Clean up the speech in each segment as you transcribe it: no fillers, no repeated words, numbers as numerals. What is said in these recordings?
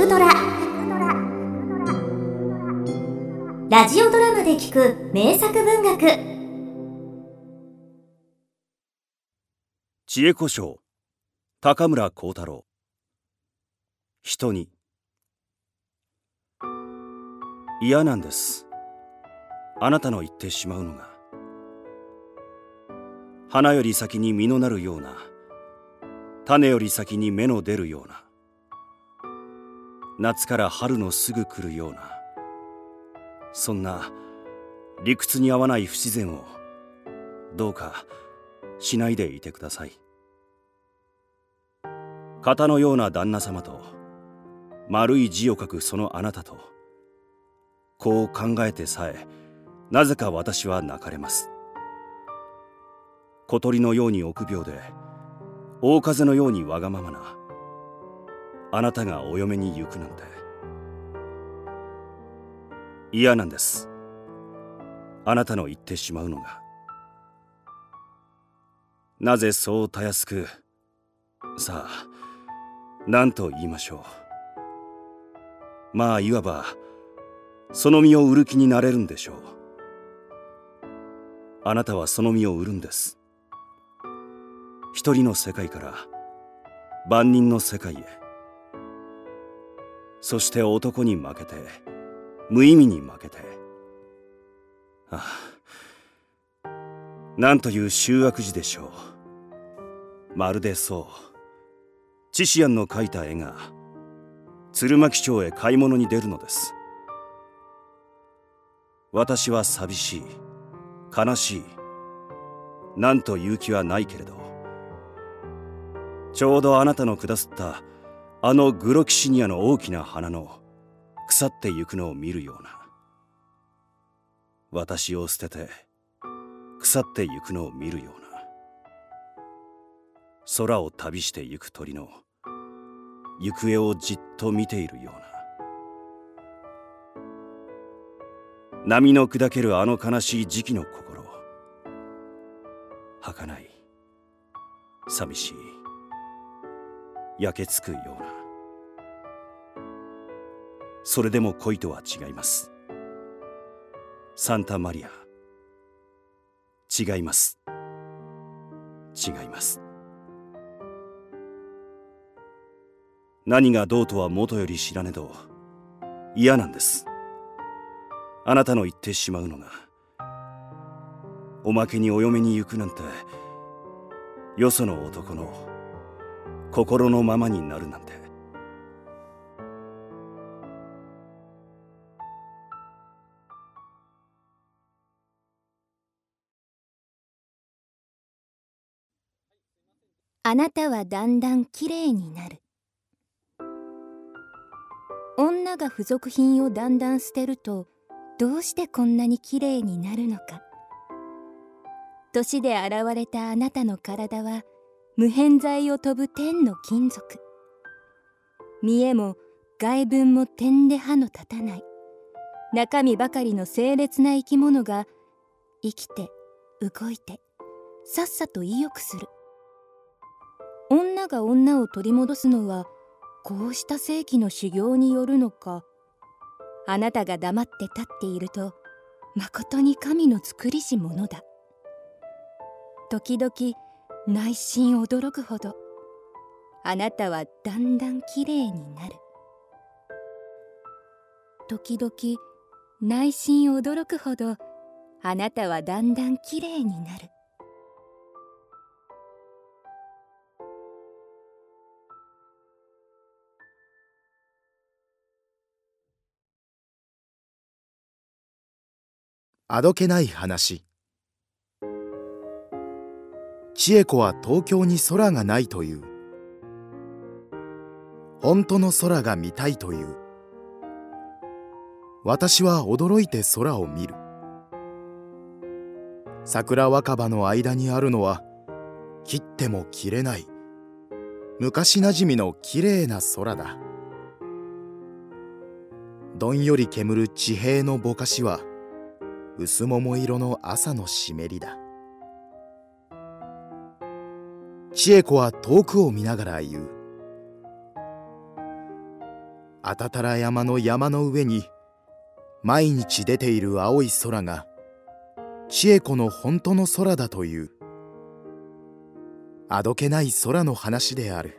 トラ。ラジオドラマで聞く名作文学。 知恵子賞高村光太郎。人に。嫌なんです、あなたの言ってしまうのが。花より先に実のなるような、種より先に芽の出るような、夏から春のすぐ来るような、そんな理屈に合わない不自然をどうかしないでいてください。型のような旦那様と丸い字を書くそのあなたと、こう考えてさえなぜか私は泣かれます。小鳥のように臆病で大風のようにわがままなあなたがお嫁に行くなんて。嫌なんです、あなたの言ってしまうのが。なぜそうたやすく、さあ何と言いましょう。まあいわばその身を売る気になれるんでしょう。あなたはその身を売るんです。一人の世界から万人の世界へ。そして男に負けて、無意味に負けて。ああ、なんという醜悪事でしょう。まるでそうチシアンの描いた絵が鶴巻町へ買い物に出るのです。私は寂しい、悲しい、なんという気はないけれど、ちょうどあなたの下すったあのグロキシニアの大きな花の腐ってゆくのを見るような、私を捨てて腐ってゆくのを見るような、空を旅してゆく鳥の行方をじっと見ているような、波の砕けるあの悲しい時期の心、儚い、寂しい、焼けつくような。それでも恋とは違います。サンタマリア、違います、違います。何がどうとはもとより知らねど嫌なんです、あなたの言ってしまうのが。おまけにお嫁に行くなんて、よその男の心のままになるなんて。 あなたはだんだんきれいになる。女が付属品をだんだん捨てると、どうしてこんなにきれいになるのか。年で現れたあなたの体は無辺剤を飛ぶ天の金属。見えも外分も点で歯の立たない中身ばかりの清烈な生き物が生きて動いてさっさと意欲する。女が女を取り戻すのはこうした世紀の修行によるのか。あなたが黙って立っているとまことに神の作りしものだ。時々内心驚くほどあなたはだんだんきれいになる。時々内心驚くほどあなたはだんだんきれいになる。 あどけない話。千恵子は東京に空がないという。本当の空が見たいという。私は驚いて空を見る。桜若葉の間にあるのは切っても切れない昔なじみのきれいな空だ。どんより煙る地平のぼかしは薄桃色の朝の湿りだ。千恵子は遠くを見ながら言う。 あたたら山の山の上に毎日出ている青い空が千恵子の本当の空だというあどけない空の話である。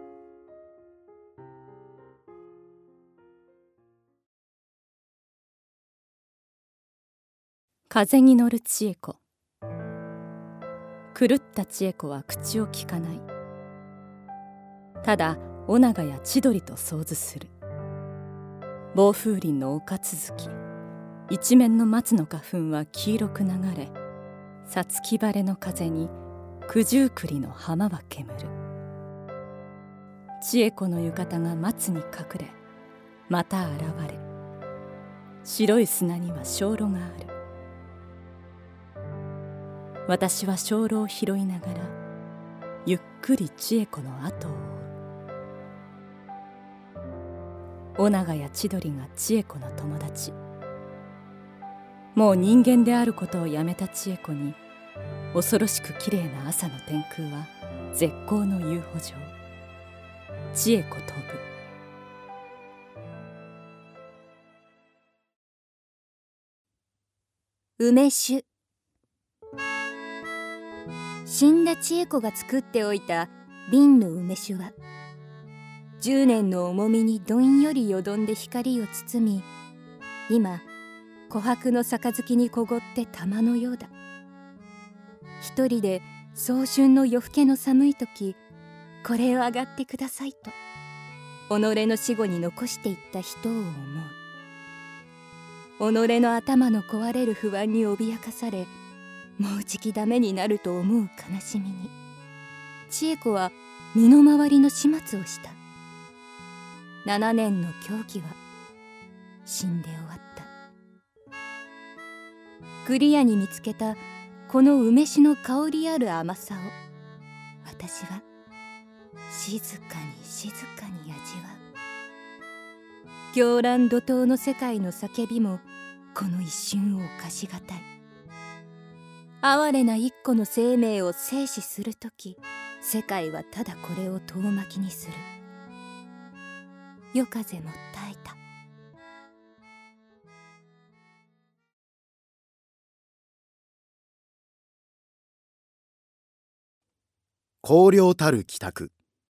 風に乗る千恵子。狂った千恵子は口をきかない。ただ尾長や千鳥と相図する。暴風林の丘続き、一面の松の花粉は黄色く流れ、さつき晴れの風に九十九里の浜は煙る。千恵子の浴衣が松に隠れ、また現れ、白い砂には鐘楼がある。私は鐘楼を拾いながらゆっくり千恵子の後を追う。尾長や千鳥が千恵子の友達。もう人間であることをやめた千恵子に、恐ろしくきれいな朝の天空は絶好の遊歩場。千恵子飛ぶ。 梅酒。死んだ千恵子が作っておいた瓶の梅酒は、10年の重みにどんよりよどんで光を包み、今琥珀の杯にこごって玉のようだ。一人で早春の夜更けの寒い時、これをあがってくださいと己の死後に残していった人を思う。己の頭の壊れる不安に脅かされ、もうじきダメになると思う悲しみに、千恵子は身の回りの始末をした。7年の狂気は死んで終わった。栗屋に見つけたこの梅酒の香りある甘さを、私は静かに静かに味わう。狂乱怒涛の世界の叫びもこの一瞬を犯しがたい。哀れな一個の生命を生死するとき、世界はただこれを遠巻きにする。夜風も耐えた。 荒涼たる帰宅。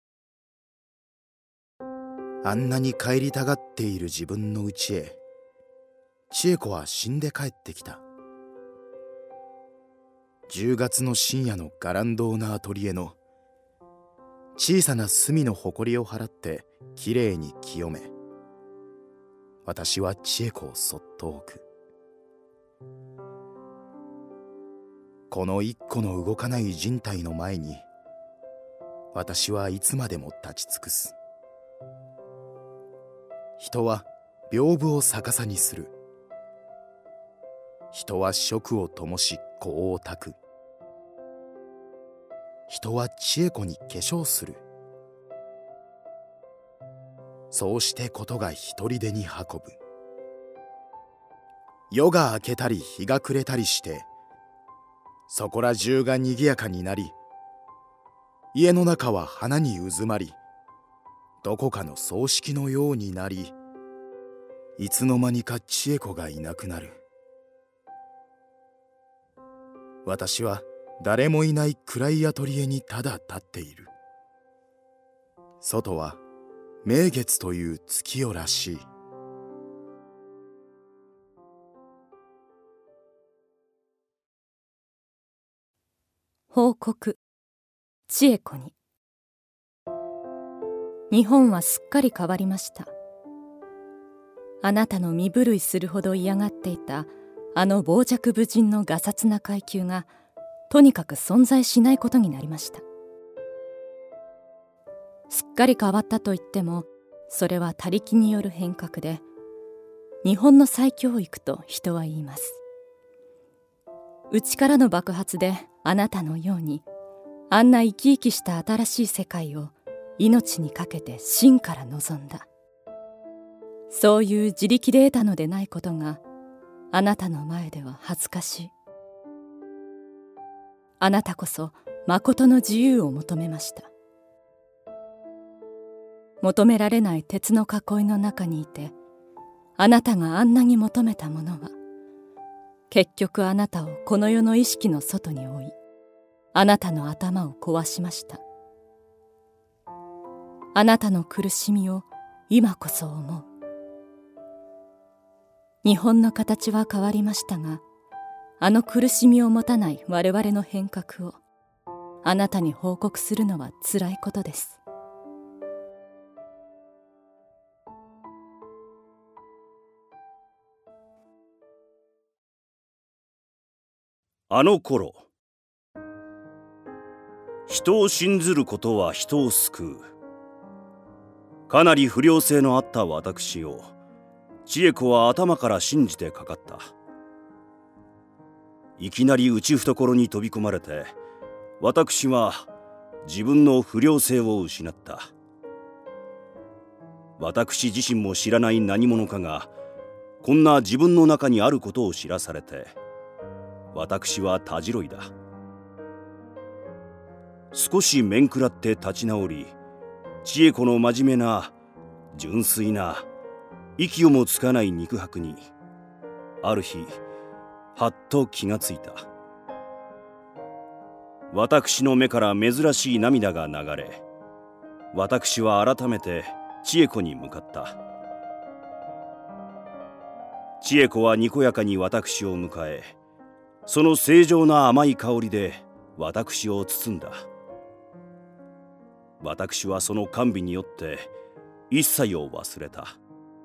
あんなに帰りたがっている自分の家へ、千恵子は死んで帰ってきた。10月の深夜のガランドーナアトリエの小さな隅のほこりを払ってきれいに清め、私は千恵子をそっと置く。この一個の動かない人体の前に、私はいつまでも立ち尽くす。人は屏風を逆さにする。人は食を灯し香を焚く。人は千恵子に化粧する。そうしてことが一人でに運ぶ。夜が明けたり日が暮れたりして、そこら中がにぎやかになり、家の中は花にうずまり、どこかの葬式のようになり、いつの間にか千恵子がいなくなる。私は誰もいない暗いアトリエにただ立っている。外は明月という月夜らしい。 報告。千恵子に。日本はすっかり変わりました。あなたの身震いするほど嫌がっていたあの傍若無人のがさつな階級がとにかく存在しないことになりました。すっかり変わったと言っても、それは他力による変革で、日本の再教育と人は言います。内からの爆発であなたのようにあんな生き生きした新しい世界を命にかけて真から望んだ。そういう自力で得たのでないことがあなたの前では恥ずかしい。あなたこそ誠の自由を求めました。 求められない鉄の囲いの中にいて、あなたがあんなに求めたものは、結局あなたをこの世の意識の外に置い、あなたの頭を壊しました。あなたの苦しみを今こそ思う。日本の形は変わりましたが、あの苦しみを持たない我々の変革をあなたに報告するのはつらいことです。 あの頃、人を信ずることは人を救う。かなり不良性のあった私を千恵子は頭から信じてかかった。いきなり内懐に飛び込まれて、私は自分の不良性を失った。私自身も知らない何者かがこんな自分の中にあることを知らされて、私はたじろいだ。少し面食らって立ち直り、千恵子の真面目な純粋な息をもつかない肉薄にある日はっと気がついた。私の目から珍しい涙が流れ、私は改めて千恵子に向かった。千恵子はにこやかに私を迎え、その正常な甘い香りで私を包んだ。私はその甘美によって一切を忘れた。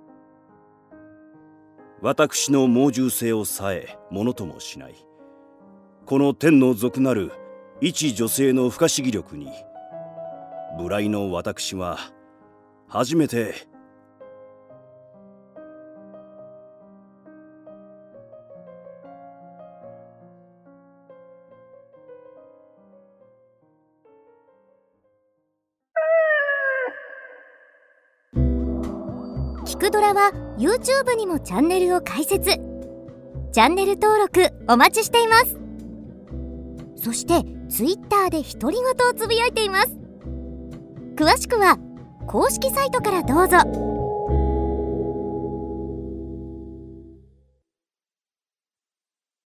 私の猛獣性をさえものともしない、この天の俗なる一女性の不可思議力に、無頼の私は初めて聞くドラは YouTube にもチャンネルを開設。チャンネル登録お待ちしています。そして Twitter で独り言をつぶやいています。詳しくは公式サイトからどうぞ。